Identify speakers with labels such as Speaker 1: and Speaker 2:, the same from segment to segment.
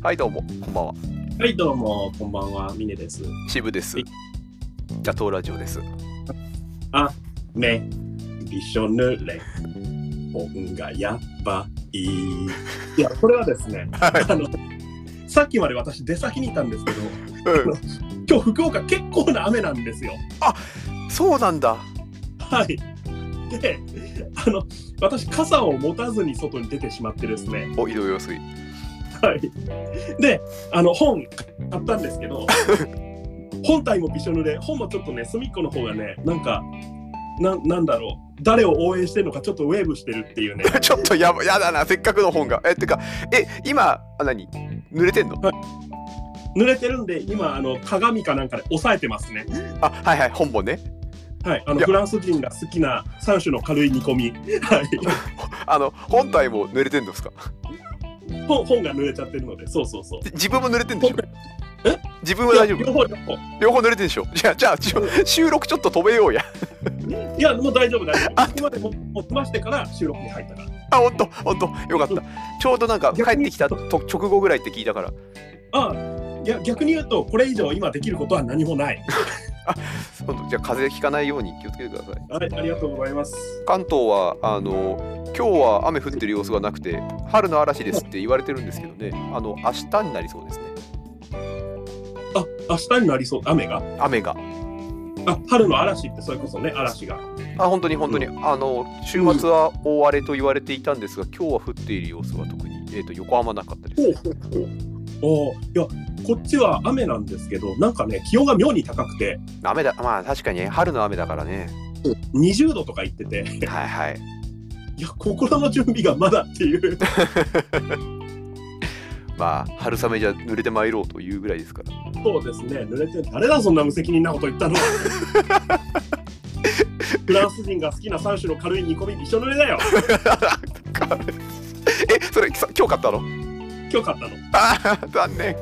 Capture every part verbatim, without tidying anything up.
Speaker 1: はいどうもこんばんは。
Speaker 2: はい、どうも、こんばんは、ミネです。
Speaker 1: 渋です。
Speaker 2: はい、
Speaker 1: ジャトーラジオです。
Speaker 2: あ、め、びしょ濡れ、本がやっぱいい。いや、これはですね、
Speaker 1: はい。
Speaker 2: あの、さっきまで私出先にいたんですけど、
Speaker 1: うん。
Speaker 2: 今日福岡結構な雨なんですよ。
Speaker 1: あ、そうなんだ。
Speaker 2: はい。で、あの、私、傘を持たずに外に出てしまってですね。
Speaker 1: お、井戸用水。
Speaker 2: はい。で、あの、本買ったんですけど、本体もびしょ濡れ、本もちょっとね、隅っこの方がね、なんか、な、なんだろう、誰を応援してるのかちょっとウェーブしてるっていうね。
Speaker 1: ちょっとやばやだな、せっかくの本が。え、てか、え、今、あ、何濡れてんの？
Speaker 2: はい、濡れてるんで、今、あの、鏡かなんかで押さえてますね。
Speaker 1: あ、はいはい、本もね。
Speaker 2: はい、あの、フランス人が好きなさん種の軽い煮込み。はい。
Speaker 1: あの、本体も濡れてんのですか？
Speaker 2: 本、本が濡れちゃってるので、そうそうそう。
Speaker 1: 自分も濡れてんでしょ？
Speaker 2: え
Speaker 1: 自分は大丈夫？
Speaker 2: 両方、両方。
Speaker 1: 両方濡れてんでしょ？じゃあ、じゃあ、ちょ収録ちょっと止めようや。
Speaker 2: いや、もう大丈夫、大丈夫。ここまでももう済ましてから収録に入ったから。
Speaker 1: あ、ほんと、ほんと、よかった。ちょうどなんか帰ってきたと直後ぐらいって聞いたから。
Speaker 2: ああ、いや、逆に言うと、これ以上今できることは何もない。
Speaker 1: あ、ほんと、じゃあ風邪ひかないように気をつけてください。
Speaker 2: はい、ありがとうございます。
Speaker 1: 関東はあの今日は雨降ってる様子がなくて春の嵐ですって言われてるんですけどね、あの明日になりそうですね。
Speaker 2: あ、明日になりそう、雨が。
Speaker 1: 雨が。
Speaker 2: あ、春の嵐ってそれこそね、嵐が。
Speaker 1: あ、本当に本当に、うん、あの週末は大荒れと言われていたんですが、今日は降っている様子は特に、えーと、横浜なかったです。
Speaker 2: ほうほうほう。おいや、こっちは雨なんですけど、なんかね、気温が妙に高くて。
Speaker 1: 雨だ、まあ確かに春の雨だからね。
Speaker 2: にじゅうどとか言ってて。
Speaker 1: はいはい。
Speaker 2: いや、心の準備がまだっていう。
Speaker 1: まあ、春雨じゃ濡れてまいろうというぐらいですから。
Speaker 2: そうですね、濡れて、誰だそんな無責任なこと言ったのは。フランス人が好きなさん種の軽い煮込みびしょ濡れだよ。
Speaker 1: え、それ今日買ったの？
Speaker 2: 今日買ったの。
Speaker 1: ああ、残念。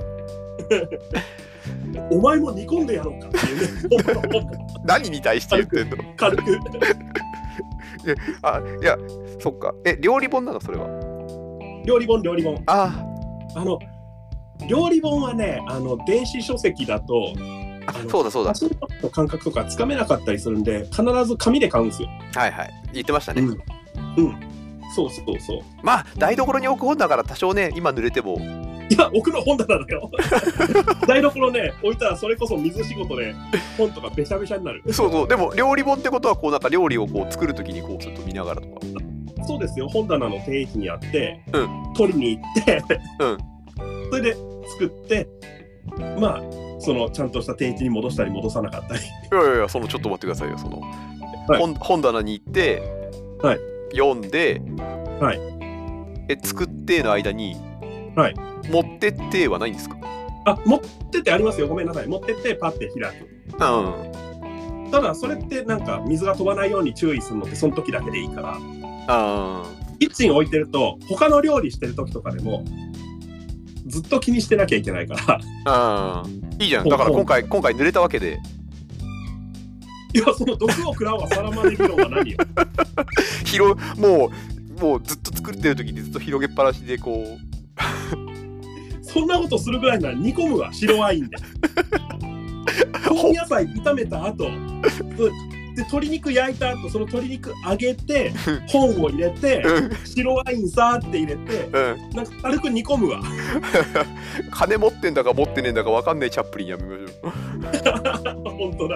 Speaker 2: お前も煮込んでやろうかっていうね。
Speaker 1: 何に対して言ってんの？
Speaker 2: 軽く。
Speaker 1: あ、いや、そっか。え、料理本なのそれは？
Speaker 2: 料理本、料理本。
Speaker 1: あ
Speaker 2: あ。あの、料理本はね、あの電子書籍だと、
Speaker 1: あそうだそうだ。
Speaker 2: 写真の感覚とかつかめなかったりするんで、必ず紙で買うんですよ。
Speaker 1: はいはい。言ってましたね。
Speaker 2: うん。うん、そうそうそう。
Speaker 1: まあ、台所に置く本だから多少ね、今濡れても。
Speaker 2: いや、置くの本棚だよ。台所ね、置いたらそれこそ水仕事で本とかべしゃべしゃになる。
Speaker 1: そうそう。でも料理本ってことは、こうなんか料理をこう作るときにこうすると見ながらとか。
Speaker 2: そうですよ。本棚の定位置にあって、
Speaker 1: うん、
Speaker 2: 取りに行って、うん、それで作って、まあそのちゃんとした定位置に戻したり戻さなかったり。い
Speaker 1: やいやいや、そのちょっと待ってくださいよ。その、はい、本, 本棚に行って、
Speaker 2: はい、
Speaker 1: 読んで、
Speaker 2: はい、
Speaker 1: え作っての間に、
Speaker 2: はい、
Speaker 1: 持ってってはないんですか？
Speaker 2: あ、持ってってありますよ。ごめんなさい。持ってってパッて開く。うん。ただそれってなんか水が飛ばないように注意するのってその時だけでいいから。
Speaker 1: あ
Speaker 2: キッチン置いてると他の料理してる時とかでもずっと気にしてなきゃいけないから。
Speaker 1: ああ、いいじゃん。だから今回今回濡れたわけで。
Speaker 2: いや、その毒を食らうはサラマネ理論は何よ。
Speaker 1: 広もうもうずっと作ってる時にずっと広げっぱなしでこう。
Speaker 2: そんなことするぐらいなら煮込むわ、白ワインで。香野菜炒めた後で鶏肉焼いた後、その鶏肉揚げて本を入れて、うん、白ワインさーって入れて、うん、なんか軽く煮込むわ。
Speaker 1: 金持ってんだか持ってねえんだか分かんないチャップリンやめましょ
Speaker 2: う。本当だ。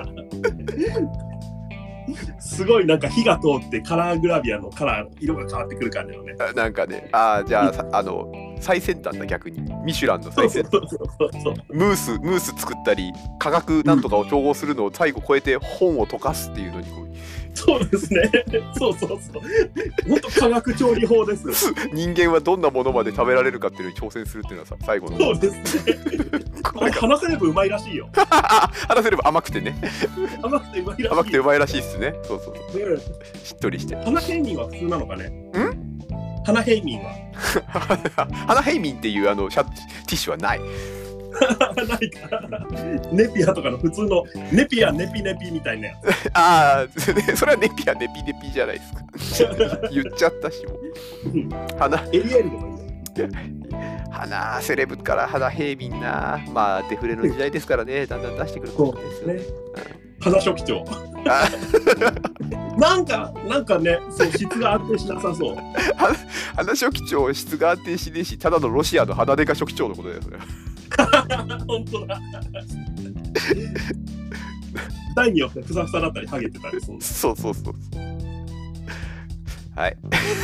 Speaker 2: すごいなんか火が通ってカラーグラビアのカラー色が変わってくる感じのね。
Speaker 1: なんかね、ああ、じゃあ、あの最先端だ。逆にミシュランの最先端。ムースムース作ったり化学なんとかを調合するのを最後超えて本を溶かすっていうのにこう。
Speaker 2: そうですね。そうそうそう。本当化学調理法です。
Speaker 1: 人間はどんなものまで食べられるかっていうのに挑戦するっていうのはさ、最後の。
Speaker 2: そうですね。話せればうまいらしいよ。
Speaker 1: 話せれば甘くてね。
Speaker 2: 甘くてうまいらしい。
Speaker 1: 甘くてうまいらしいっすね。そうそうそう。ね、しっとりして。
Speaker 2: 花ヘイミンは普通なのかね。ん？花ヘイミンは。
Speaker 1: 花ヘイミンっていうあのシャティッシュはない。
Speaker 2: ないか。ネピアとかの普通のネピアネピネピみたいなやつ。
Speaker 1: ああ、それはネピアネピネピじゃないですか。言っちゃったしも。花
Speaker 2: エリエールでもいい。
Speaker 1: 花セレブから花平民な、まあデフレの時代ですからね、だんだん出してくるかもしれないですよね。
Speaker 2: 花初期長。なんか、なんかね、そう質が安定しなさそう。
Speaker 1: 花初期長、質が安定しねえし、ただのロシアの花デカ初期長のことだよ、それ。
Speaker 2: 本当だ。台によってふさふさだったり、ハゲてたりする。
Speaker 1: そうそうそうそう。はい。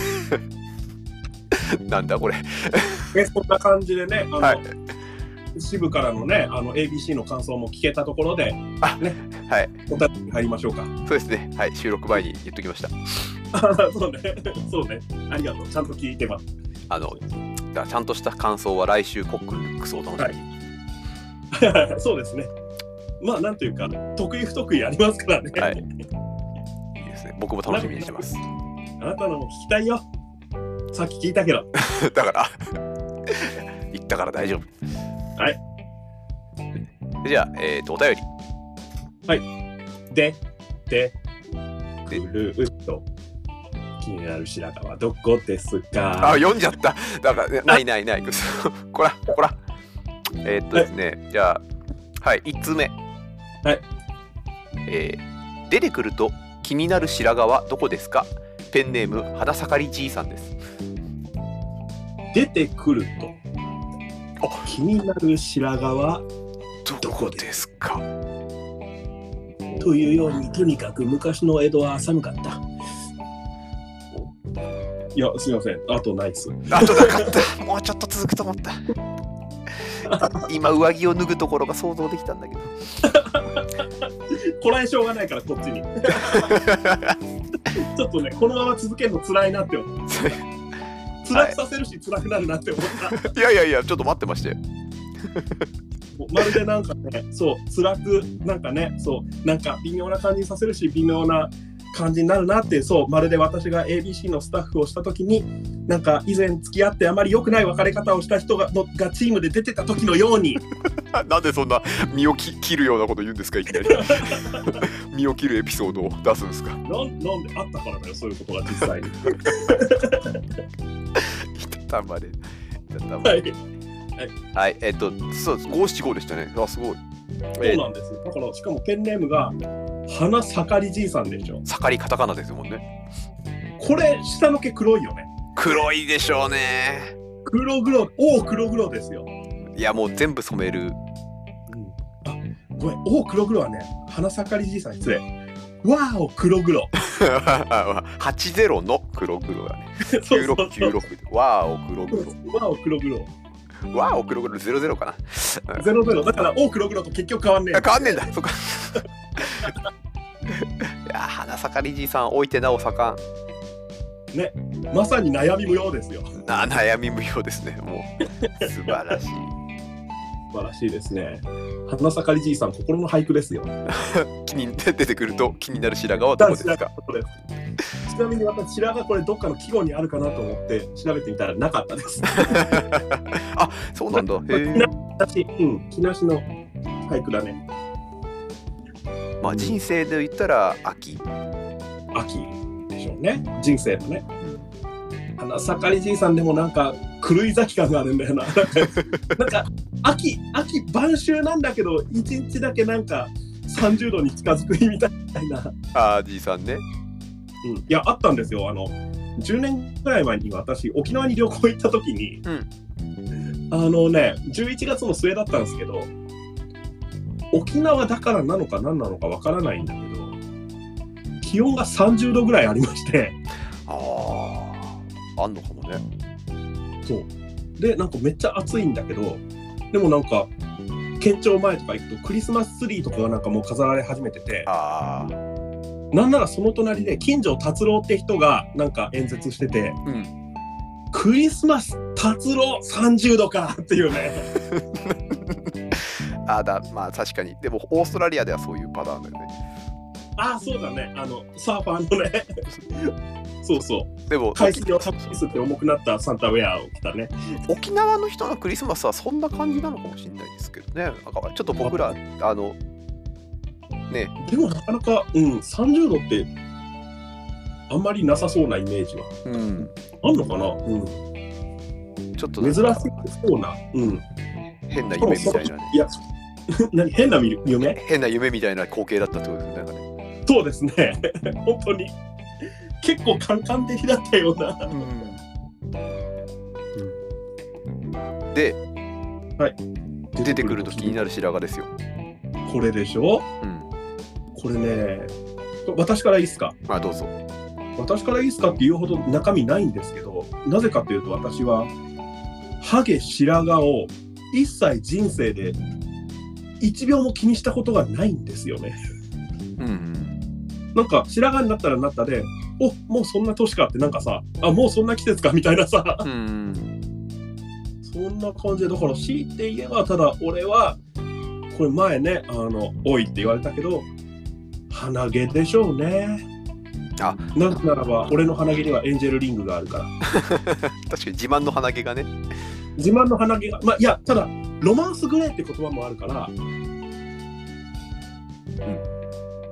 Speaker 1: なんだこれ。
Speaker 2: え、そんな感じでね、あの、
Speaker 1: はい、
Speaker 2: 支部からのね、あの エービーシー の感想も聞けたところで、
Speaker 1: あ、
Speaker 2: ね、
Speaker 1: はい、
Speaker 2: お便りに入りましょうか。
Speaker 1: そうですね、はい、収録前に言っときました。
Speaker 2: そうね、そうね、ありがとう、ちゃんと聞いてます。
Speaker 1: あの、だちゃんとした感想は来週コックルクソを楽しみに。
Speaker 2: はい、そうですね。まあ、なんというか、得意不得意ありますからね。
Speaker 1: はい。いいですね、僕も楽しみにしてます。
Speaker 2: あなたのも聞きたいよ。さっき聞いたけど。
Speaker 1: だから言ったから大丈夫。
Speaker 2: はい。
Speaker 1: じゃあ、えっ、ー、とお便り。
Speaker 2: はい。で、で、くるっと気になる白髪はどこですか？
Speaker 1: あ、読んじゃった。だから、ね、ないないない。こらこら。えー、っとですね、はい、じゃあ、はい、いちつめ。
Speaker 2: はい。
Speaker 1: えー、出てくると気になる白髪はどこですか？ペンネーム花盛りじいさんです。
Speaker 2: 出てくると気になる白髪はどこですか？というように、とにかく昔の江戸は寒かった。いや、すみません、あとないっす。
Speaker 1: あとなかった。もうちょっと続くと思った。今上着を脱ぐところが想像できたんだけど。
Speaker 2: こらえしょうがないからこっちに。ちょっとね、このまま続けるの辛いなって思う。辛くさせるし、辛くなるなって思った。
Speaker 1: いやいやいや、ちょっと待ってまして。
Speaker 2: まるでなんかね、そう、辛く、なんかね、そう、なんか微妙な感じにさせるし、微妙な感じになるなって、そう、まるで私が エービーシー のスタッフをしたときに、なんか以前付き合ってあまり良くない別れ方をした人がのがチームで出てた時のように。
Speaker 1: なんでそんな身をき切るようなこと言うんですか、いきなり。身を切るエピソードを出すんですか。
Speaker 2: なんなんであったからだよ、そういうことが実際に。
Speaker 1: ひとたまで。
Speaker 2: はい。
Speaker 1: はい、はい、えっと、そう、ごしちごでしたね。あ、すごい。
Speaker 2: そうなんです。だから、しかもペンネームが花盛りじいさんでしょ。
Speaker 1: 盛りカタカナですもんね。
Speaker 2: これ、下の毛黒いよね。
Speaker 1: 黒いでしょうね。
Speaker 2: 黒黒、おお、黒黒ですよ。
Speaker 1: いや、もう全部染める。うん、
Speaker 2: あ、ごめん、おお、黒黒はね、花盛りじいさん、失礼。わーお、黒黒。
Speaker 1: はちじゅうの黒黒だね。きゅうろくきゅうろくで。わーお、黒黒。
Speaker 2: わーお、黒黒。
Speaker 1: わーお、黒黒ゼロゼロか
Speaker 2: な。ゼロゼロ。だから、お黒黒と結局変わんねえ。
Speaker 1: 変わんねえんだ。そっか。いや、花盛りじいさん、置いてなお盛
Speaker 2: ん。ね、まさに悩み無用ですよ。
Speaker 1: な、悩み無用ですね。もう素晴らしい。
Speaker 2: 素晴らしいですね。花盛りじいさん、心の俳句ですよ。
Speaker 1: 気に出てくると気になる白髪はどこですか？
Speaker 2: ちなみに私、白髪これどっかの季語にあるかなと思って調べてみたらなかったです。
Speaker 1: あ、そうなんだ。へえ。
Speaker 2: うん、木梨の俳句だね。
Speaker 1: まあ人生で言ったら秋。
Speaker 2: 秋でしょうね。人生のね。花盛りじいさんでもなんか狂い咲き感があるんだよな。なんか秋秋晩秋なんだけど一日だけなんかさんじゅうどに近づくみたいな。
Speaker 1: ああ、じいさんね。
Speaker 2: うん、いやあったんですよ。あのじゅうねんぐらい前に私沖縄に旅行行った時に、うん、あのねじゅういちがつの末だったんですけど、沖縄だからなのか何なのかわからないんだけど気温がさんじゅうどぐらいありまして。
Speaker 1: ああ、あんのかもね。
Speaker 2: そうでなんかめっちゃ暑いんだけど、でもなんか県庁前とか行くとクリスマスツリーとかがなんかもう飾られ始めてて、
Speaker 1: あ
Speaker 2: なんならその隣で金城達郎って人がなんか演説してて、うん、クリスマス達郎さんじゅうどかっていうね。
Speaker 1: あだまあ確かに。でもオーストラリアではそういうパターンだよね。
Speaker 2: ああ、そうだね。あのサーファーのね。そうそう。
Speaker 1: でも
Speaker 2: 海水をタッチすって重くなったサンタウェアを着たね。
Speaker 1: 沖縄の人のクリスマスはそんな感じなのかもしれないですけどね。なんかちょっと僕らあのね。
Speaker 2: でもなかなか、うん、さんじゅうどってあんまりなさそうなイメージは。うん。あんのかな。うん。
Speaker 1: ちちょっと
Speaker 2: 珍し
Speaker 1: なんか
Speaker 2: そうな、うん、
Speaker 1: 変な夢みたいなね。
Speaker 2: いや何変な夢
Speaker 1: 変な夢みたいな光景だったってことですなんかね。
Speaker 2: そうですね本当に結構カンカン的だったような、
Speaker 1: うん、で、はい、出てくると気になる白髪ですよ。
Speaker 2: これでしょ、うん、これね私からいいっすか。
Speaker 1: あ、どうぞ。
Speaker 2: 私からいいっすかっていうほど中身ないんですけど、なぜかというと私はハゲ白髪を一切人生でいちびょうも気にしたことがないんですよね、うんうん、なんか白髪になったらなったで、おもうそんな年かってなんかさ、あもうそんな季節かみたいなさ、うん、そんな感じで、だから強いて言えばただ俺はこれ前ねあの多いって言われたけど鼻毛でしょうね。あ、なぜならば俺の鼻毛にはエンジェルリングがあるから
Speaker 1: 確かに自慢の鼻毛がね、
Speaker 2: 自慢の鼻毛が、まあいやただロマンスグレーって言葉もあるから、うん、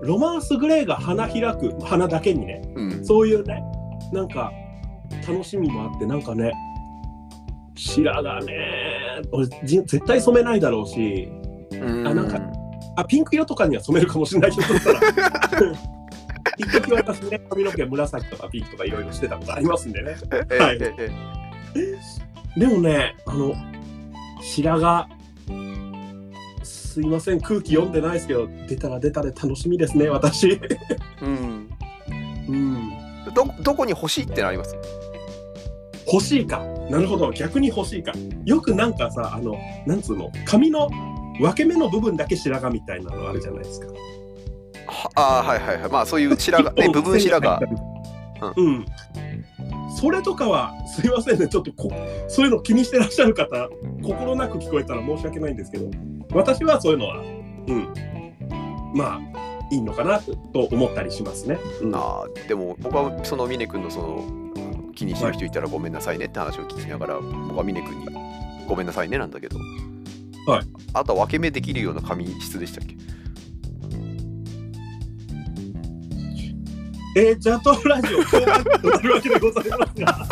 Speaker 2: ロマンスグレーが花開く花だけにね、うん、そういうねなんか楽しみもあって、なんかね白髪ね俺絶対染めないだろうし、うん、あなんかあピンク色とかには染めるかもしれないけどったら一時私ね髪の毛紫とかピンクとかいろいろしてたことありますんでねはいでもねあの白髪すいません空気読んでないですけど出たら出たで楽しみですね私うん、
Speaker 1: うん、ど, どこに欲しいってのあります？
Speaker 2: 欲しいか、なるほど、逆に欲しいか。よくなんかさあのなんつうの髪の分け目の部分だけ白髪みたいなのあるじゃないですか。
Speaker 1: ああはいはいはい、まあそういう白髪ね部分白髪、
Speaker 2: うん、うん、それとかはすいませんねちょっとこそういうの気にしてらっしゃる方心なく聞こえたら申し訳ないんですけど、私はそういうのはうんまあいいのかなと思ったりしますね、うん、
Speaker 1: あでも僕はその峰君のその気にしてる人いたらごめんなさいねって話を聞きながら、僕は峰君にごめんなさいねなんだけど、はい、あとは分け目できるような髪質でしたっけ？
Speaker 2: えー、ジャトーラジオ公開となるわけでございますが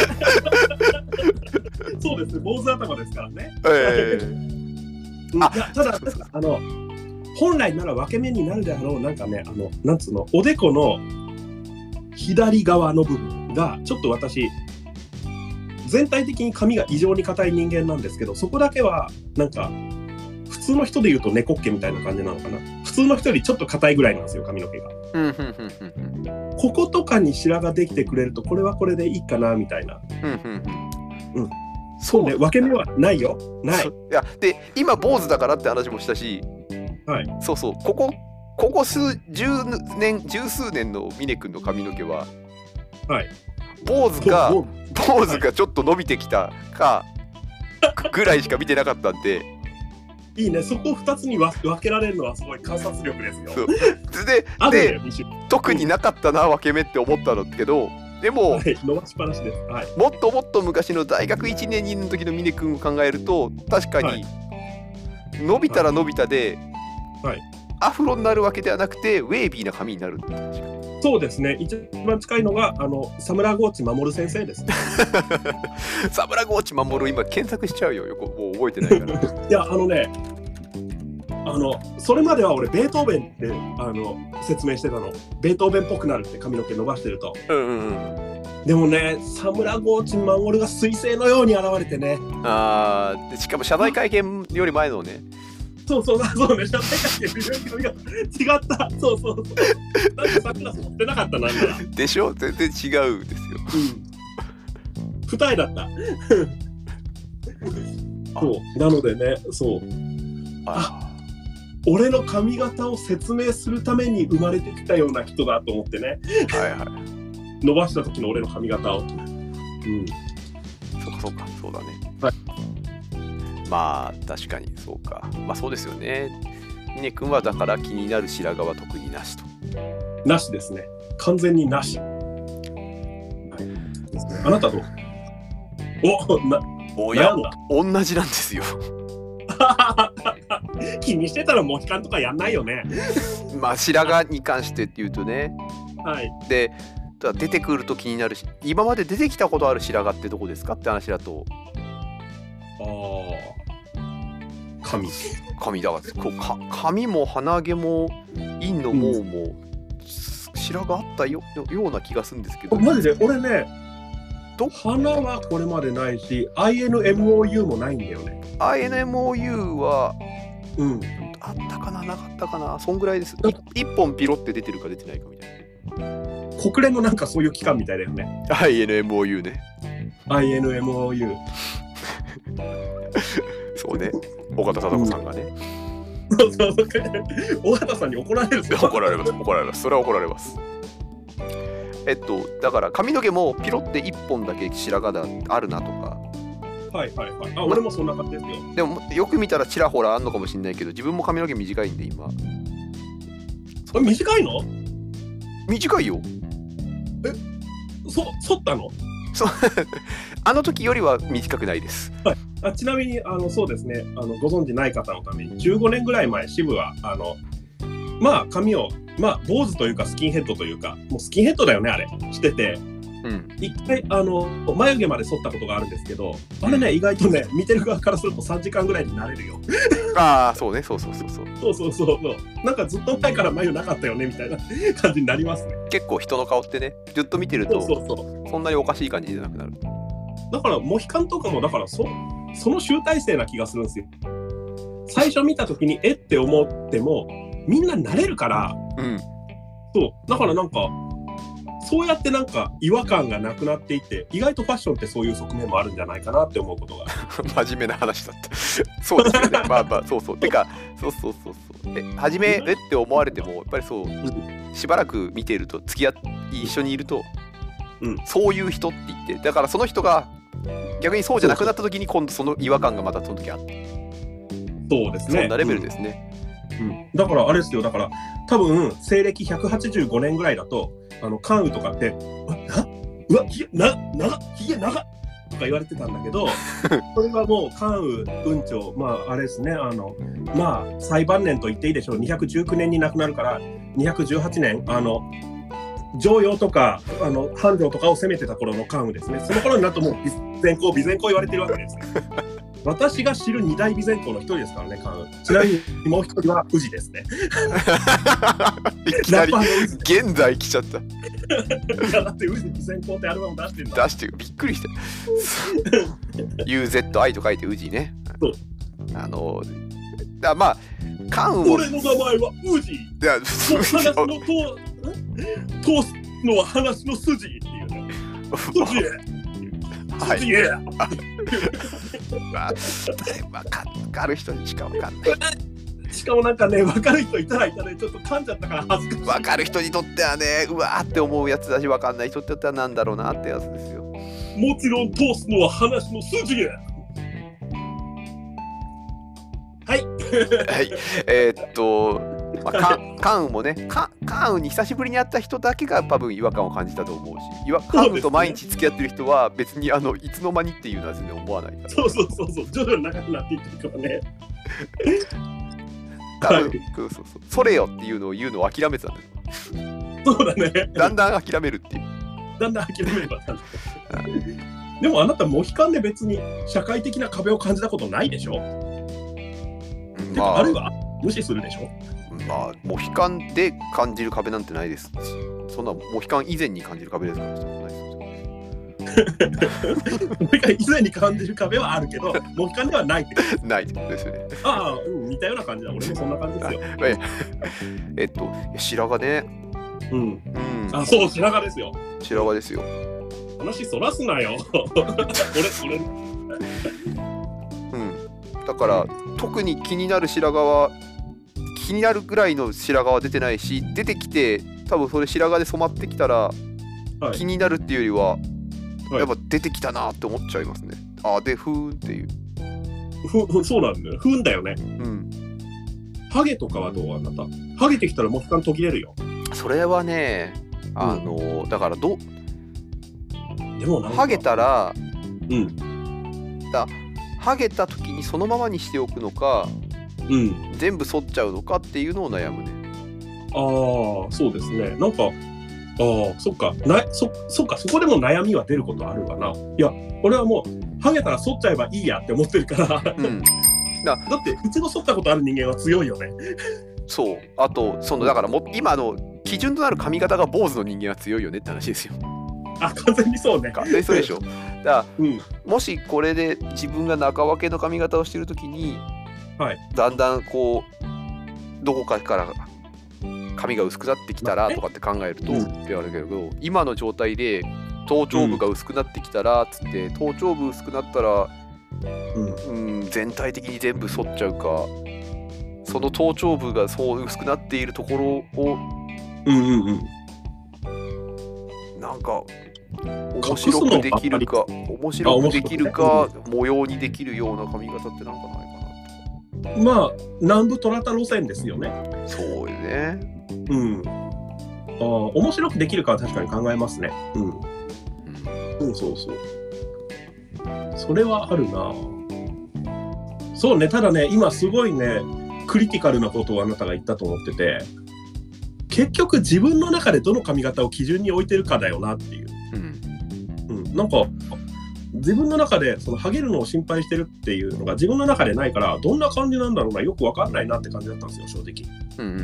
Speaker 2: そうですね、坊主頭ですからね、えー、あいやただあの本来なら分け目になるであろうなんかねあのなんつうのおでこの左側の部分がちょっと私全体的に髪が異常に硬い人間なんですけど、そこだけはなんか普通の人でいうと猫っ毛みたいな感じなのかな。普通の人よりちょっと硬いぐらいなんですよ髪の毛が。こことかに白髪できてくれるとこれはこれでいいかなみたいな。うん、そうね、分け目はないよ。ない。い
Speaker 1: やで今坊主だからって話もしたし、はい、そうそうここここ数十年十数年の峰君の髪の毛は、はい、坊主か坊主がちょっと伸びてきたかぐらいしか見てなかったんで。
Speaker 2: いいね、そこふたつに分けられるのはすごい観察力ですよ。
Speaker 1: でで特になかったな分け目って思ったんだけど、でも、はい、
Speaker 2: 伸ばしっぱなしです、はい、
Speaker 1: もっともっと昔の大学いちねんにねんの時の峰君を考えると確かに伸びたら伸びたで、はいはい、アフロになるわけではなくてウェービーな髪になるって確か。
Speaker 2: そうですね、一番近いのがあのサムラゴーチ守先生です、ね、
Speaker 1: サムラゴーチ守今検索しちゃうよ、よくもう覚えてないから
Speaker 2: いやあのねあのそれまでは俺ベートーベンってあの説明してたの。ベートーベンっぽくなるって髪の毛伸ばしてると、うんうんうん、でもねサムラゴーチ守が彗星のように現れてね、
Speaker 1: あーしかも謝罪会見より前のね
Speaker 2: そうそうそうね、謝罪会見の髪が違った。そうそうそう。なんかサングラス持ってなかったなんだ。
Speaker 1: でしょ、全然違うですよ。うん。
Speaker 2: 二重だった。そうなのでね、そう。あ、俺の髪型を説明するために生まれてきたような人だと思ってね。はいはい。伸ばした時の俺の髪型を。うん。
Speaker 1: そうかそうか、そうだね。はい。まあ確かにそうか、まあそうですよね。峰君はだから気になる白髪は特になしと。
Speaker 2: なしですね、完全になし、はい、あなたどう？おな
Speaker 1: おや同じなんですよ
Speaker 2: 気にしてたらモヒカンとかやんないよね
Speaker 1: まあ白髪に関してっていうとね、
Speaker 2: はい、
Speaker 1: で出てくると気になるし、今まで出てきたことある白髪ってどこですかって話だと
Speaker 2: あ髪
Speaker 1: 髪だからこうか髪も鼻毛も陰の毛も、うん白があった よ, ような気がするんですけど。
Speaker 2: マジで俺ね、鼻はこれまでないし アイエヌエムオーユー もないんだよね。
Speaker 1: アイエヌエムオーユー は、
Speaker 2: うん、
Speaker 1: あったかななかったかなそんぐらいです。いっぽんピロって出てるか出てないかみたい
Speaker 2: な。国連のなんかそういう機関みたいだよね。
Speaker 1: アイエヌエムオーユー ね。
Speaker 2: アイエヌエムオーユー
Speaker 1: そうね、尾形貞子さんがね、うん
Speaker 2: そうそうそう尾形さんに怒られるぞ。
Speaker 1: 怒られます怒られますそれは怒られます。えっとだから髪の毛もピロっていっぽんだけ白髪あるなとか。
Speaker 2: はいはいはい。あ、俺もそんな感じですよ。
Speaker 1: でもよく見たらちらほらあんのかもしれないけど、自分も髪の毛短いんで今。
Speaker 2: あ、短いの？
Speaker 1: 短いよ。
Speaker 2: え、そ、剃ったの？
Speaker 1: そうあの時よりは短くないです。
Speaker 2: はい。あ、ちなみにあのそうですね、あのご存知ない方のためにじゅうごねんぐらい前渋はあのまあ髪をまあ坊主というかスキンヘッドというかもうスキンヘッドだよねあれしてて、うん、一回あの眉毛まで剃ったことがあるんですけど、あれね、うん、意外とね見てる側からするとさんじかんぐらいになれるよ。
Speaker 1: ああそうね、そうそうそうそう
Speaker 2: そうそうそうそうなんかずっと前から眉なかったよねみたいな感じになりますね。
Speaker 1: 結構人の顔ってねずっと見てると
Speaker 2: そうそうそう
Speaker 1: そんなにおかしい感じじゃなくなる。
Speaker 2: だからモヒカンとかもだからそその集大成な気がするんですよ。最初見た時にえって思ってもみんな慣れるから、うん、そうだからなんかそうやってなんか違和感がなくなっていって意外とファッションってそういう側面もあるんじゃないかなって思うことが
Speaker 1: 真面目な話だったそうですよねまあまあそうそうてかそうそうそうそうえ初めえって思われてもやっぱりそう、うん、しばらく見ていると付き合って一緒にいると、うん、そういう人って言ってだからその人が逆にそうじゃなくなった時に今度その違和感がまたその時あって
Speaker 2: そうですね
Speaker 1: そんなレベルですね、
Speaker 2: うんうん、だからあれですよだから多分西暦ひゃくはちじゅうごねんぐらいだとあの関羽とかってうわなうわひげな長ひげ長とか言われてたんだけどそれはもう関羽雲長まああれですねあのまあ最晩年と言っていいでしょうにひゃくじゅうきゅうねんに亡くなるからにひゃくじゅうはちねんあの常陽とかあの繁盛とかを攻めてた頃の関羽ですね。その頃になるともう備前公備前公言われてるわけですよ私が知る二大備前公の一人ですからね関羽。ちなみにもう一人は宇治ですね
Speaker 1: いきなり現在来ちゃったい
Speaker 2: やだって宇治備前公ってアルバム出してるんだ。
Speaker 1: 出してるびっくりした ユーゼットアイ と書いて宇治ね。そうあのだまあ関羽も
Speaker 2: 俺の名前は宇治いや話のと通すのは話の筋っていうね。筋へ筋へわ
Speaker 1: かる人にしかわかんない
Speaker 2: しかもなんかね分かる人いたらいたらちょっと噛んじゃったから恥ずかしい。
Speaker 1: 分かる人にとってはねうわーって思うやつだし分かんない人にとってはなんだろうなってやつですよ。
Speaker 2: もちろん通すのは話の筋へはい
Speaker 1: はいえー、っとまあ、関羽もね関羽に久しぶりに会った人だけが多分違和感を感じたと思うし関羽と毎日付き合ってる人は別にあのいつの間にっていうのは全然思わないから。
Speaker 2: そうそうそうそう徐々に長くなっていってるからね
Speaker 1: 多分、はい、そうそうそうそれよっていうのを言うのを諦めてたんだ
Speaker 2: よ。そうだね
Speaker 1: だんだん諦めるっていう
Speaker 2: だんだん諦めればなんだでもあなたモヒカンで別に社会的な壁を感じたことないでしょ、うんまあ、あるいは無視するでしょ。
Speaker 1: まあ、モヒカンで感じる壁なんてないですし、そんなモヒカン以前に感じる壁ですからない
Speaker 2: ですよ。モヒカン以前に感じる壁はあるけど、モヒカンではないってこと
Speaker 1: ないですよね。
Speaker 2: ああ、うん、似たような感じだ。俺もそんな感じですよ。
Speaker 1: えっと、白髪ね。
Speaker 2: うん。うん、あ、そう、白髪ですよ。
Speaker 1: 白髪ですよ。
Speaker 2: 話そらすなよ。俺、俺。うん。
Speaker 1: だから、特に気になる白髪は、気になるぐらいの白髪は出てないし、出てきて多分それ白髪で染まってきたら、はい、気になるっていうよりは、はい、やっぱ出てきたなって思っちゃいますね。あでふーんっていう
Speaker 2: ふそうなんだよ。ふーんだよね。うんハゲとかはどうあなたハゲてきたらモヒカン途切れるよ。
Speaker 1: それはねあの、うん、だからど
Speaker 2: でも
Speaker 1: ハゲたらうんだハゲた時にそのままにしておくのかうん、全部剃っちゃうのかっていうのを悩むね。
Speaker 2: ああそうですね。なんかああそっかな そ, そっかそこでも悩みは出ることあるかな。いや俺はもうハゲたら剃っちゃえばいいやって思ってるから、うん、だ, だって一度剃ったことある人間は強いよね。
Speaker 1: そう、あとそのだからも今の基準となる髪型が坊主の人間は強いよねって話ですよ。
Speaker 2: あ、完全にそうね。
Speaker 1: 完全にそうでしょ。だから、うん、もしこれで自分が中分けの髪型をしてるときに、はい、だんだんこうどこかから髪が薄くなってきたらとかって考えると、うん、って言われるけど、今の状態で頭頂部が薄くなってきたらつって、うん、頭頂部薄くなったら、うんうん、全体的に全部剃っちゃうか、その頭頂部がそう薄くなっているところを、うんうんうん、なんか面白くできるか面白くできるか模様にできるような髪型ってなんかないかな。
Speaker 2: まあ南部虎太路線ですよね。
Speaker 1: そうよね。
Speaker 2: うん。あ、面白くできるかは確かに考えますね。うん。うん、そうそうそう。それはあるな。そうね。ただね、今すごいねクリティカルなことをあなたが言ったと思ってて、結局自分の中でどの髪型を基準に置いてるかだよなっていう。うん。うん、なんか自分の中でそのハゲるのを心配してるっていうのが自分の中でないから、どんな感じなんだろうな、よく分かんないなって感じだったんですよ、正直。うんうん、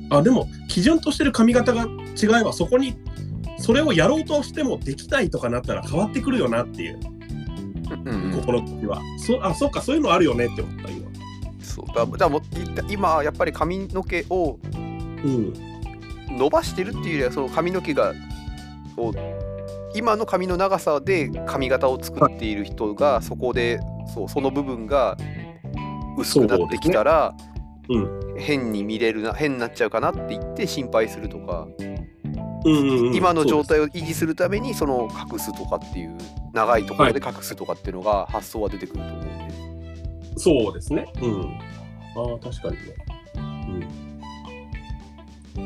Speaker 2: あ、でも基準としてる髪型が違えば、そこにそれをやろうとしてもできないとかなったら変わってくるよなっていう、うんうん、心の時はそあそっか、そういうのあるよねって思った今。
Speaker 1: そうだ、だも今やっぱり髪の毛を伸ばしてるっていうよりは、その髪の毛がを今の髪の長さで髪型を作っている人が、そこで そ, うその部分が薄くなってきたら、ね、うん、変に見れるな、変になっちゃうかなって言って心配するとか、うんうんうん、今の状態を維持するためにその隠すとかっていう、長いところで隠すとかっていうのが発想は出てくると思うんで、はい、
Speaker 2: そうですね。うん。ああ、確かにね。うん。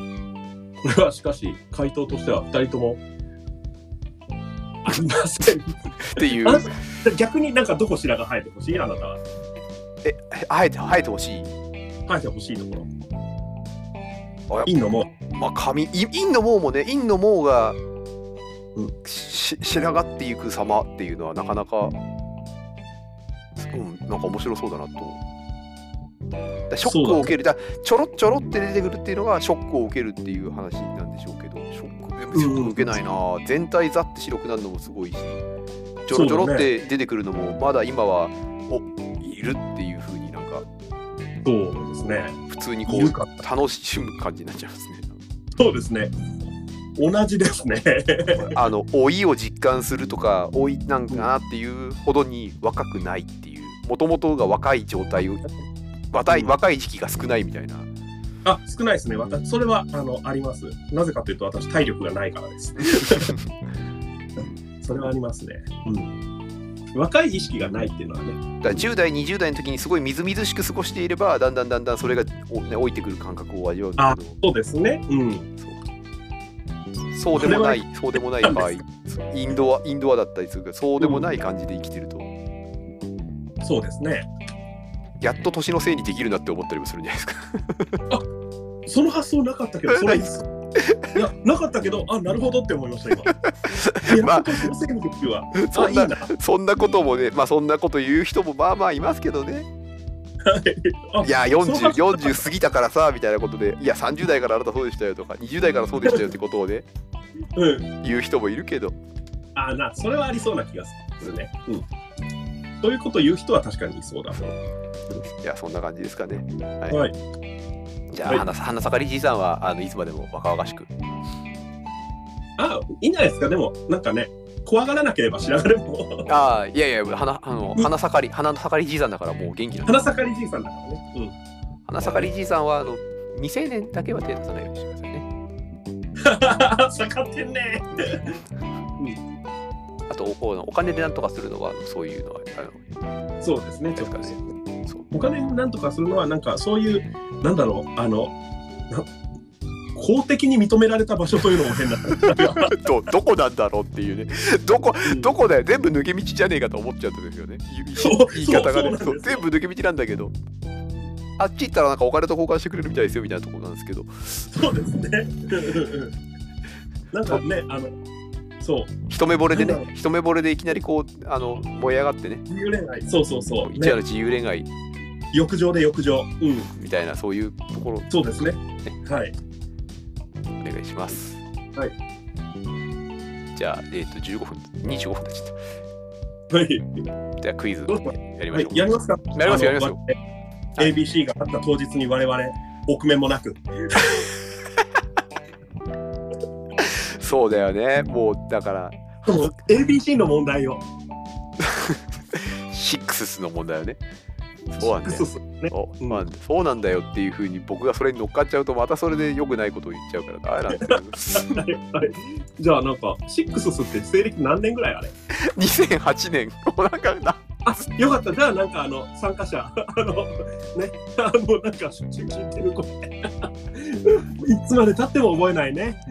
Speaker 2: これはしかし回答としてはふたりともありませんっていう。逆になんかどこ白が生えてほしい、あなたは。
Speaker 1: え、生えて生えてほしい。
Speaker 2: 生えてほしいところ。陰の毛。
Speaker 1: まあ髪、陰の毛もね、陰の毛が、うん、し白がっていく様っていうのはなかなか、うん、なんか面白そうだなと。だショックを受ける、だちょろちょろって出てくるっていうのがショックを受けるっていう話なんでしょうけど、ショック、ショック受けないな、うん、全体ザって白くなるのもすごいし、ちょろちょろって出てくるのもまだ今はおいるっていう風になんか、
Speaker 2: そうですね、
Speaker 1: 普通にこう楽しむ感じになっちゃいますね。
Speaker 2: そうですね、同じですね
Speaker 1: あの老いを実感するとか老いなんかなっていうほどに若くないっていう、もともとが若い状態を若い、若い時期が少ないみたいな。
Speaker 2: あ、少ないですね。私それはあのあります。なぜかというと私体力がないからですそれはありますね、うん、若い意識がないっていうのはね。
Speaker 1: だからじゅう代にじゅう代の時にすごいみずみずしく過ごしていれば、だんだんだんだんそれが、ね、老いてくる感覚を味わうんだけど。
Speaker 2: あ、そうですね、うん、
Speaker 1: そう、そうでもないそうでもない場合、インドアインドアだったりするけど、そうでもない感じで生きてると、うん、
Speaker 2: そうですね、
Speaker 1: やっと年のせいにできるなって思ったりもするんじゃないですか
Speaker 2: あ、その発想なかったけど、それいいや、なかったけど、あ、なるほどって思いました今。まあ、年のせいにできるわ。
Speaker 1: そんな、いいな、そんなこともね、まあそんなこと言う人もまあまあいますけどね。いや、よんじゅう、よんじゅう過ぎたからさみたいなことで、いやさんじゅう代からあなたそうでしたよとか、にじゅう代からそうでしたよってことをね、うん、言う人もいるけど。
Speaker 2: あ、な、それはありそうな気がするね。うん。そういうこと言う人は確かにいそうだ。
Speaker 1: いや、そんな感じですかね。はい。
Speaker 2: はい、
Speaker 1: じゃあ、はい、花花盛りじいさんはあのいつまでも若々しく。
Speaker 2: あ、いいんじゃないですか。でもなんかね、怖がらなければ白髪でも。
Speaker 1: ああ、いやいや、花あの花盛り花盛りじいさんだからもう元気な
Speaker 2: 花盛りじいさんだからね。うん。
Speaker 1: 花盛りじいさんはあの未成年だけは手出さないようにしてください
Speaker 2: ね。盛ってんね。
Speaker 1: うん。あと お, お金でなんとかするのはそういうのは
Speaker 2: あのそうですね、ちょっとね、そうお金でなんとかするのはなんかそういうなんだろう、あのな公的に認められた場所というのも変な
Speaker 1: ど, どこなんだろうっていうね、どこ、うん、どこだよ、全部抜け道じゃねえかと思っちゃったんですよね、言い方がね。そう、全部抜け道なんだけど、あっち行ったらなんかお金と交換してくれるみたいですよみたいなところなんですけど。
Speaker 2: そうですねなんかね、あのそう
Speaker 1: 一目惚れでね、一目惚れでいきなりこうあの燃え上がってね、
Speaker 2: 自由恋愛、そうそうそう、
Speaker 1: 一夜の自由恋愛、
Speaker 2: 浴場で浴場、うん、
Speaker 1: みたいなそういうところ、
Speaker 2: そうですね。はい。
Speaker 1: お願いします。
Speaker 2: はい。
Speaker 1: じゃあえっとじゅうごふん、にじゅうごふん経っちゃった。
Speaker 2: はい。
Speaker 1: じゃあクイズやりましょう。
Speaker 2: やりますか。
Speaker 1: やりますよやりますよ。
Speaker 2: エービーシー があった当日に我々臆面もなく。
Speaker 1: そうだよね。もうだから。
Speaker 2: もう エービーシー の問題を。
Speaker 1: シックスの問題よね。そうなんだよ、
Speaker 2: ね、
Speaker 1: お、まあ、そうなんだよっていうふうに僕がそれに乗っかっちゃうとまたそれで良くないことを言っちゃうからダメなんだよ。
Speaker 2: はい、じゃあなんかシックスって西暦何年ぐらいあれ？
Speaker 1: にせんはちねん。もうなんかな。
Speaker 2: あ、よかった。じゃあなんかあの参加者あのねあのなんかしょっちゅう聞いてる子いつまで経っても覚えないね。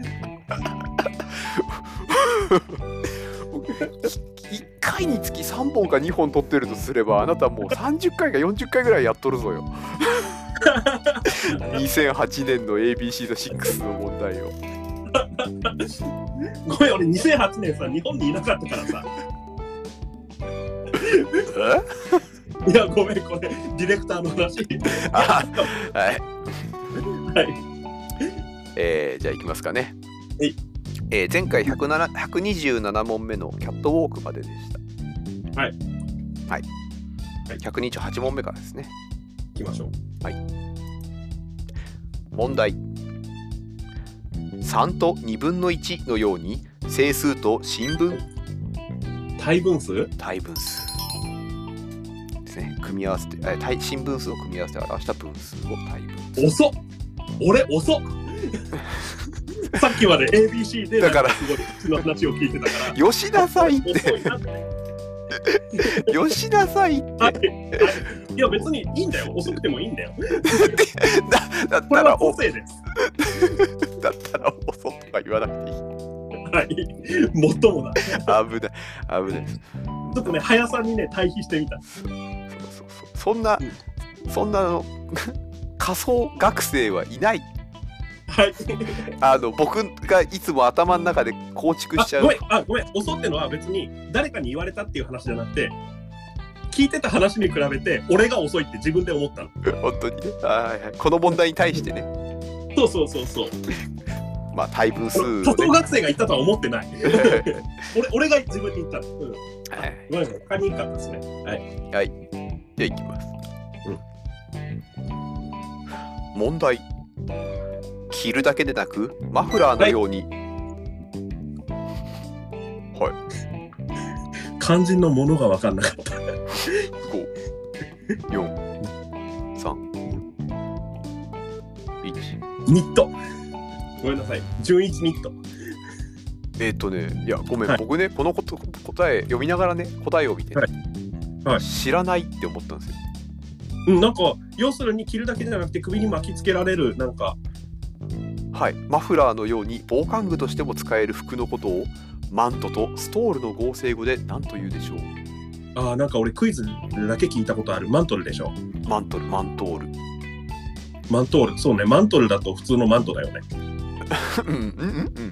Speaker 1: いっかいにつきさんぼんかにほん撮ってるとすればあなたもうさんじゅっかいかよんじゅっかいぐらいやっとるぞよ。にせんはちねんの エービーシー とシックスの問題を。
Speaker 2: ごめん、俺にせんはちねんさ日本にいなかったからさ。いやごめん、これディレクターの話。
Speaker 1: あ、はい。
Speaker 2: はい。
Speaker 1: えー、じゃあいきますかね。
Speaker 2: はい。
Speaker 1: えー、前回ひゃくにじゅうななもんめのキャットウォークまででした。
Speaker 2: はい。
Speaker 1: はい。ひゃくにじゅうはちもんめからですね。
Speaker 2: いきましょう。
Speaker 1: はい。問題。さんとにぶんのいちのように整数と新分
Speaker 2: 対分数
Speaker 1: 対分数ですね。組み合わせて、え対新分数を組み合わせて表した分数を対分数。
Speaker 2: 遅っ。俺遅っ。さっきまで エービーシー で
Speaker 1: だから
Speaker 2: すごいその話を聞いてたから。
Speaker 1: よしなさいって。よしなさいって。
Speaker 2: はいはい、いや別にいいんだよ。遅くてもいいんだよ。
Speaker 1: だ, だったら
Speaker 2: 個性です。
Speaker 1: だったら遅とか言わなくていい。
Speaker 2: はい。もっともだ。
Speaker 1: 危ない危ない。
Speaker 2: ちょっとね速さにね対比してみた。
Speaker 1: そうそうそうそんな、うん、そんなの仮想学生はいない。
Speaker 2: はい、
Speaker 1: あの僕がいつも頭の中で構築しちゃう。
Speaker 2: あごめん、あごめん、遅ってのは別に誰かに言われたっていう話じゃなくて、聞いてた話に比べて俺が遅いって自分で思ったの。
Speaker 1: 本当にね。はいはい。この問題に対してね。
Speaker 2: そうそうそうそう。
Speaker 1: まあ対分数を、ね。
Speaker 2: 初等学生が言ったとは思ってない。俺俺が自分に言ったの。うん。はい。ごめんなさい。他にいいかったですね。はい。
Speaker 1: はい。じゃあいきます。うん。問題。着るだけでなくマフラーのように、はい、はい、
Speaker 2: 肝心のものが分かんなかった。
Speaker 1: ご、よん、さん、いち。
Speaker 2: ニット。ごめんなさい。純一ニット。
Speaker 1: えっ、ー、とね、いやごめん、
Speaker 2: はい、
Speaker 1: 僕ねこのこと答え読みながらね答えを見て、ね、
Speaker 2: はいはい、
Speaker 1: 知らないって思ったんですよ。
Speaker 2: うん、なんか要するに着るだけじゃなくて首に巻きつけられるなんか。
Speaker 1: はい、マフラーのように防寒具としても使える服のことをマントとストールの合成語で何と言うでしょう。
Speaker 2: ああ、なんか俺クイズだけ聞いたことある。マントルでしょ。
Speaker 1: マントル、マントール。
Speaker 2: マントール、そうね。マントルだと普通のマントだよね。
Speaker 1: うんうんうんうん。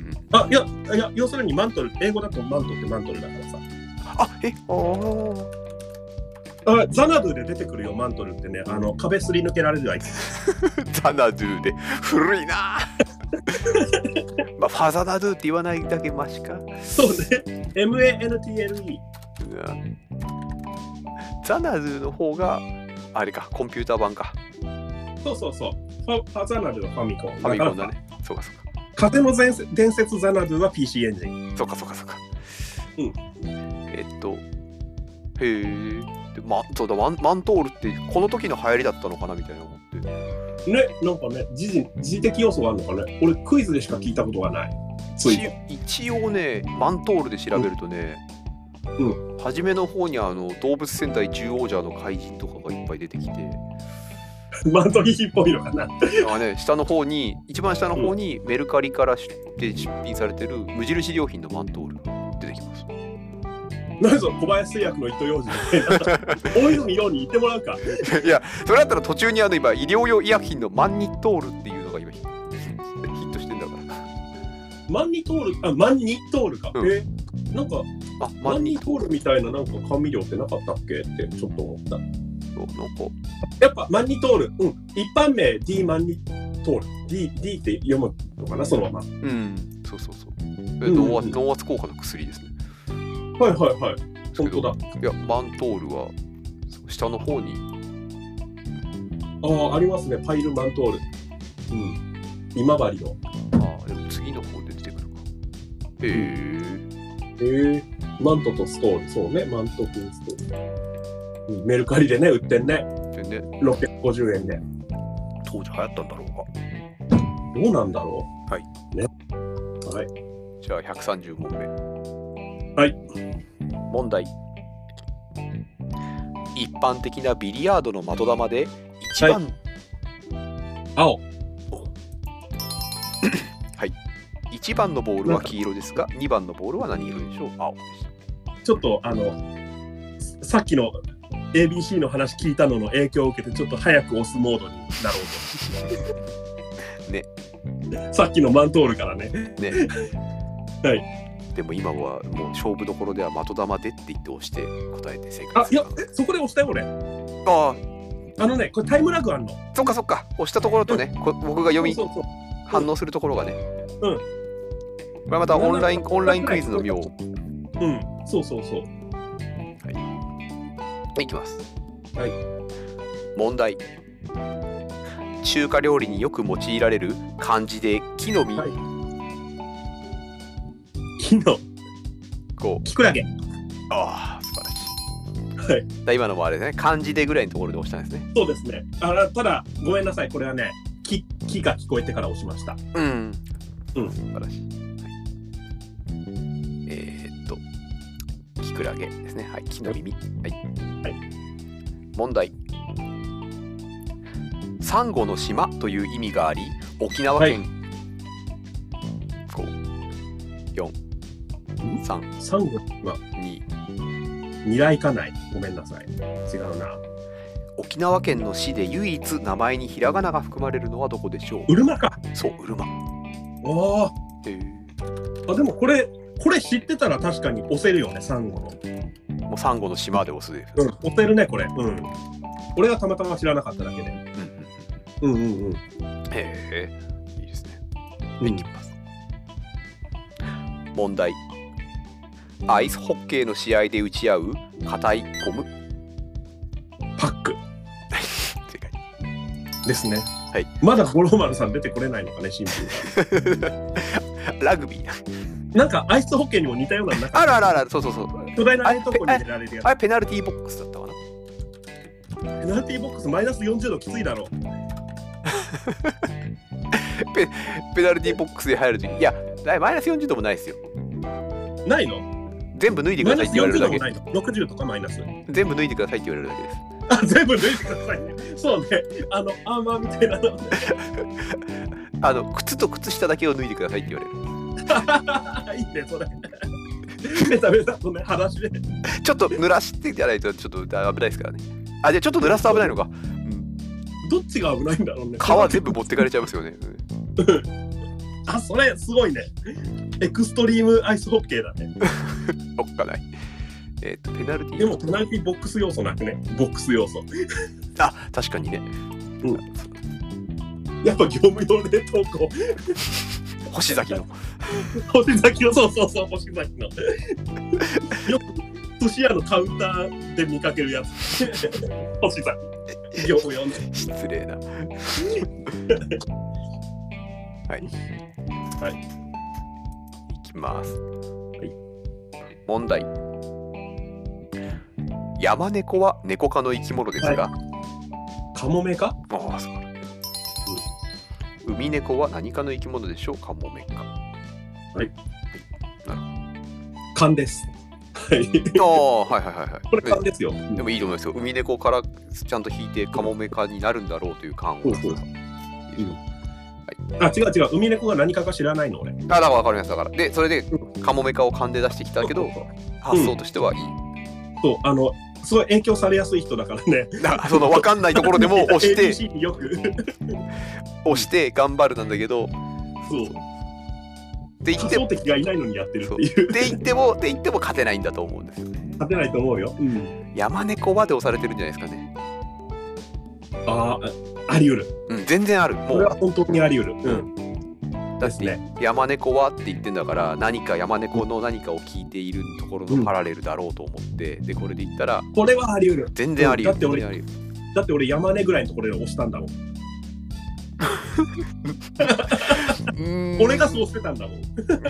Speaker 2: あ、いやいや、要するにマントル、英語だとマントってマントルだからさ。
Speaker 1: あ、え、あ
Speaker 2: あ、ザナドゥで出てくるよ、マントルってね。あの壁すり抜けられる相手。
Speaker 1: ザナドゥで古いな。まあファザナドゥって言わないだけマシか。
Speaker 2: そうね。エムエーエヌティーエルイー。
Speaker 1: ザナドゥの方があれか、コンピューター版か。
Speaker 2: そうそうそう。ファ, ファザナドゥはファミコン。
Speaker 1: ファミコンだね。そうかそうか。
Speaker 2: 風の伝説ザナドゥは ピーシー エンジン。
Speaker 1: そうかそうかそうか。
Speaker 2: うん。
Speaker 1: えっと、へえ。ま、そうだマン、マントールってこの時の流行りだったのかなみたいな思って
Speaker 2: ね、なんかね、時事、時事的要素があるのかね。俺クイズでしか聞いたことがない。
Speaker 1: 一, 一応ね、マントールで調べるとね、うんうん、初めの方にあの動物戦隊獣王者の怪人とかがいっぱい出てきて
Speaker 2: マントリーっぽいのかな。
Speaker 1: あ、ね、下の方に一番下の方にメルカリから出品されてる無印良品のマントールが出てきます。
Speaker 2: 何その小林製薬の糸ようじみたいな。大泉洋に言ってもらうか。
Speaker 1: いや、それだったら途中にあの今医療用医薬品のマンニトールっていうのが今ヒットしてんだから。
Speaker 2: マンニトール、あ、マンニトールか。うん、えー、 なんか
Speaker 1: あ
Speaker 2: マンニトールみたいななんか甘味料ってなかったっけってちょっと思った。そう
Speaker 1: なんか
Speaker 2: やっぱマンニトール、うん、一般名 D マンニトール D, D って読むのかなそのまま。
Speaker 1: うんそうそうそう。脳圧、脳圧効果の薬ですね。
Speaker 2: はいはいはい。本当だ。
Speaker 1: いやマントールは下の方に
Speaker 2: ああありますねパイルマントール。うん。今治の。
Speaker 1: ああでも次の方で出てくるか。へえ。
Speaker 2: へえ。マントとストールそうねマント風ストール。うん、メルカリでね売ってんね。
Speaker 1: でね。
Speaker 2: ろっぴゃくごじゅうえんで。
Speaker 1: 当時流行ったんだろうか。
Speaker 2: どうなんだろう。
Speaker 1: はい。
Speaker 2: ね。はい。
Speaker 1: じゃあひゃくさんじゅう問目。
Speaker 2: はい。
Speaker 1: 問題。一般的なビリヤードの的球で一番、はい、
Speaker 2: 青
Speaker 1: はいいちばんのボールは黄色ですがにばんのボールは何色でしょう。青でした。ちょっとあの
Speaker 2: さっきの エービーシー の話聞いたのの影響を受けてちょっと早く押すモードになろうとねさっきのマントールからね
Speaker 1: ね
Speaker 2: はい
Speaker 1: でも今はもう勝負どころでは的球でって言って押して答えて正
Speaker 2: 解。あいやえそこで押したよ俺。あああのねこれタイムラグあんの。
Speaker 1: そっかそっか押したところとね、うん、こ僕が読みそうそうそう反応するところがね
Speaker 2: うん
Speaker 1: これまたオンラインオンラインクイズの妙。
Speaker 2: うんそうそうそう
Speaker 1: はいいきます。
Speaker 2: はい
Speaker 1: 問題。中華料理によく用いられる漢字で木の実、はい
Speaker 2: 木の
Speaker 1: こう
Speaker 2: キクラゲ。
Speaker 1: ああ素晴らしい。はい。だ今のもあれですね漢字でぐらいのところで押したんですね。
Speaker 2: そうですね。あただごめんなさいこれはね木木が聞こえてから押しました。
Speaker 1: うん
Speaker 2: うん
Speaker 1: 素晴らしい。はい、えー、っとキクラゲですね。はい木の耳。はい。
Speaker 2: はい。
Speaker 1: 問題。サンゴの島という意味があり沖縄県、はい、ごよんさん
Speaker 2: サンゴは
Speaker 1: に
Speaker 2: 未来かないごめんなさい違うな。
Speaker 1: 沖縄県の市で唯一名前にひらがなが含まれるのはどこでしょう。
Speaker 2: うるまか。
Speaker 1: そううるま。
Speaker 2: ああでもこれこれ知ってたら確かに押せるよねサンゴの。
Speaker 1: もうサンゴの島で押すで、
Speaker 2: うん、押せるねこれ。うん俺がたまたま知らなかっただけで。うんうんうんうん。
Speaker 1: へえいいですね。いきます。問題。アイスホッケーの試合で打ち合う硬いゴム。
Speaker 2: パック。
Speaker 1: 正解
Speaker 2: ですね。
Speaker 1: はい。
Speaker 2: まだ五郎丸さん出てこれないのかね、シンプル
Speaker 1: ラグビー。
Speaker 2: なんかアイスホッケーにも似たようなのなか
Speaker 1: った。あらあらあら、そうそうそう。
Speaker 2: 巨大なとこに入れられるやつ。
Speaker 1: あれペナルティーボックスだったかな。
Speaker 2: ペナルティーボックスマイナスよんじゅうどきついだろう。
Speaker 1: ペ, ペナルティーボックスで入るときいやマイナスよんじゅうどもないですよ。
Speaker 2: ないの？
Speaker 1: 全部脱いでくださいって言われるだけ。
Speaker 2: マイナスよんじゅうどもないの？ろくじゅうとかマイナス。
Speaker 1: 全部脱いでくださいって言われるだけです。
Speaker 2: あ、全部脱いでくださいね。そうね。あのアーマーみたいなの。
Speaker 1: あの靴と靴下だけを脱いでくださいって言われる。
Speaker 2: いいねそれ。ベタベタとね裸足で。
Speaker 1: ちょっと濡らしてじゃないとちょっと危ないですからね。あじゃあちょっと濡らすと危ないのか。うん、
Speaker 2: どっちが危ないんだろうね。
Speaker 1: 皮全部持ってかれちゃいますよね。
Speaker 2: あ、それすごいね。エクストリームアイスホッケーだね。
Speaker 1: おっかない。えっとペナルティー。
Speaker 2: でもペナルティーボックス要素なくね。ボックス要素。
Speaker 1: あ、確かにね。
Speaker 2: うん。やっぱ業務用冷凍庫。
Speaker 1: 星崎の。
Speaker 2: 星崎のそうそうそう星崎の。よく寿司屋のカウンターで見かけるやつ。星崎。業務用ね。
Speaker 1: 失礼な。はい。
Speaker 2: はい。
Speaker 1: いきます。
Speaker 2: はい。
Speaker 1: 問題。ヤマネコはネコ科の生き物ですが。はい、
Speaker 2: カモメか？
Speaker 1: ああ、そうか。うん。ウミネコは何科の生き物でしょう？カモメか。
Speaker 2: はい。なるほど。勘です。はい。
Speaker 1: ああ、はいはいはいはい。
Speaker 2: これ勘ですよ。
Speaker 1: でもいいと思いますよ。ウミネコからちゃんと引いてカモメ科になるんだろうという勘を。そうそう。うん。
Speaker 2: あ、違う違う、ウミネコが何かか知らないの俺。
Speaker 1: あ、だから分かりますだから。で、それでカモメ科を勘で出してきたけど、発想としてはいい。
Speaker 2: そう、あの、すごい影響されやすい人だからね。
Speaker 1: だからその分かんないところでも押して、
Speaker 2: エービーシー によく
Speaker 1: 押して頑張るなんだけど、
Speaker 2: そう。 って言っても敵がいないのにやってるっていう。
Speaker 1: って言ってもって言っても勝てないんだと思うんですよね。
Speaker 2: 勝てないと思うよ。うん、
Speaker 1: 山猫まで押されてるんじゃないですかね。
Speaker 2: ああ、あり得る。
Speaker 1: うん、全然ある。
Speaker 2: もうこれは本当にあり得る。うん。
Speaker 1: だってね、山猫はって言ってんだから何か山猫の何かを聞いているところのパラレルだろうと思って、うん、でこれで言ったら
Speaker 2: これはあり得る。
Speaker 1: 全然あり得る。
Speaker 2: だって俺だって俺山根ぐらいのところで押したんだもん。俺がそうしてたんだもん。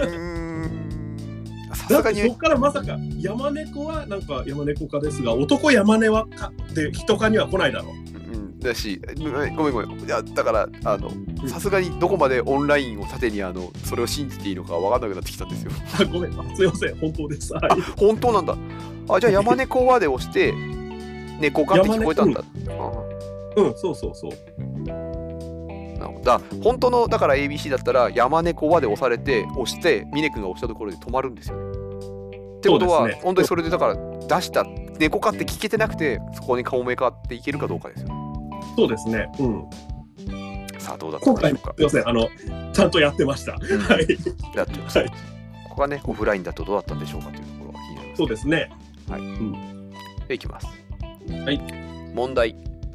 Speaker 2: だってそこからまさか山猫はなんか山猫科ですが男山根はかって人科には来ないだろう。
Speaker 1: だし、ごめんごめん、いやだからあのさすがにどこまでオンラインを盾にあのそれを信じていいのか分かんなくなってきたんですよ。
Speaker 2: あ、ごめん、すいません、本当です。はい、
Speaker 1: あ、本当なんだ。あ、じゃあ山猫はで押して猫かって聞こえたんだ。
Speaker 2: うん、うん、そうそうそう。
Speaker 1: なるほど。だ本当のだから エービーシー だったら山猫はで押されて押して峰君が押したところで止まるんですよね。ってことは、ね、本当にそれでだから出した猫かって聞けてなくてそこにカモメかっていけるかどうかですよね。
Speaker 2: そうですね。うん。
Speaker 1: さあどうだったでしょうか。
Speaker 2: すいません、あのちゃんとやってました。うん、はい。
Speaker 1: やってました。はい、ここがねオフラインだとどうだったんでしょうかというところが気になります。
Speaker 2: そうですね。
Speaker 1: はい。うん、でいきます。
Speaker 2: はい。問
Speaker 1: 題。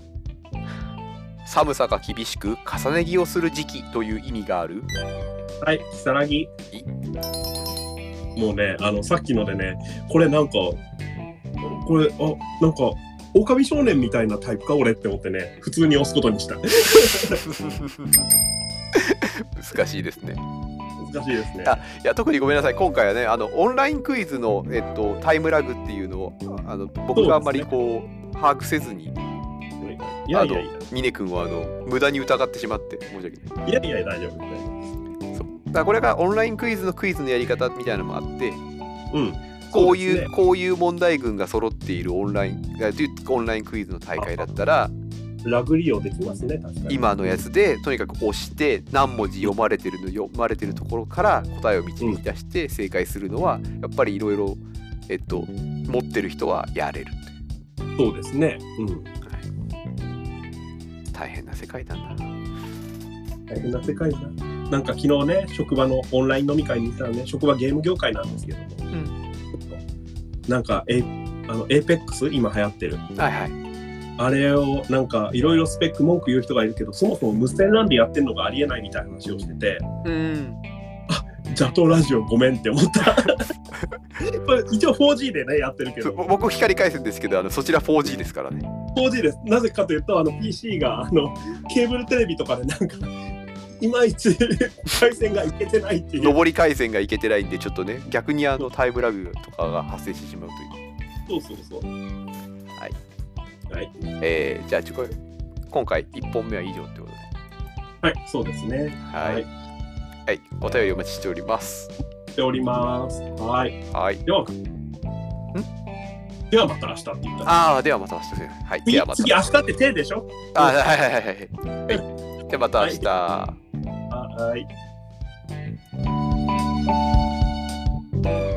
Speaker 1: 寒さが厳しく重ね着をする時期という意味がある。
Speaker 2: はい。さらぎ。もうね、あのさっきのでね、これなんかこれあなんか。狼少年みたいなタイプか俺って思ってね、普通に押すことにした。
Speaker 1: 難しいですね。
Speaker 2: 難しいですね。
Speaker 1: あ、いや特にごめんなさい。今回はね、あのオンラインクイズのえっとタイムラグっていうのをあの僕があんまりこう、ね、把握せずに、いやいやいや、峰君をあの無駄に疑ってしまって申し訳ない。
Speaker 2: いやいや大丈夫。
Speaker 1: そう。だからこれがオンラインクイズのクイズのやり方みたいなのもあって、
Speaker 2: うん。
Speaker 1: こういう、ね、こういう問題群が揃っているオンラインオンラインクイズの大会だったら
Speaker 2: ラグ利用できますね。確かに
Speaker 1: 今のやつでとにかく押して何文字読まれてるの読まれてるところから答えを導き出して正解するのは、うん、やっぱりいろいろえっと持ってる人はやれる
Speaker 2: という。そうですね、うん、はい、
Speaker 1: 大変な世界なんだ。
Speaker 2: 大変な世界だ。なんか昨日ね職場のオンライン飲み会に行ったらね、職場ゲーム業界なんですけども、うん、なんかエあの エーペックス 今流行ってる、
Speaker 1: はいはい、
Speaker 2: あれをなんかいろいろスペック文句言う人がいるけど、そもそも無線 ラン でやってるのがありえないみたいな話をしてて、
Speaker 1: うん、
Speaker 2: あ、ジャトーラジオごめんって思ったこれ一応 フォージー でねやってるけど、
Speaker 1: 僕光回線ですけど、あのそちら フォージー ですからね。
Speaker 2: フォージー です。なぜかというとあの ピーシー があのケーブルテレビとかでなんかいまいち回線がいけてないっていう、
Speaker 1: 上り回線がいけてないんでちょっとね逆にあのタイムラグとかが発生してしまう
Speaker 2: という。そうそうそう。
Speaker 1: はい。
Speaker 2: はい。
Speaker 1: えー、じゃあちょこ今回いっぽんめは以上ってことで。
Speaker 2: はい、そうですね。
Speaker 1: はい。はい、はい、お便りお待ちしております。
Speaker 2: しております。はい。
Speaker 1: はい。
Speaker 2: では、んではまた明日って言った。
Speaker 1: ああ、ではまた明日ですね。はい。
Speaker 2: 次、ではまた次明日って手でしょ。
Speaker 1: あ、はいはいはいはい。はい。でまた明日。
Speaker 2: はい。はい。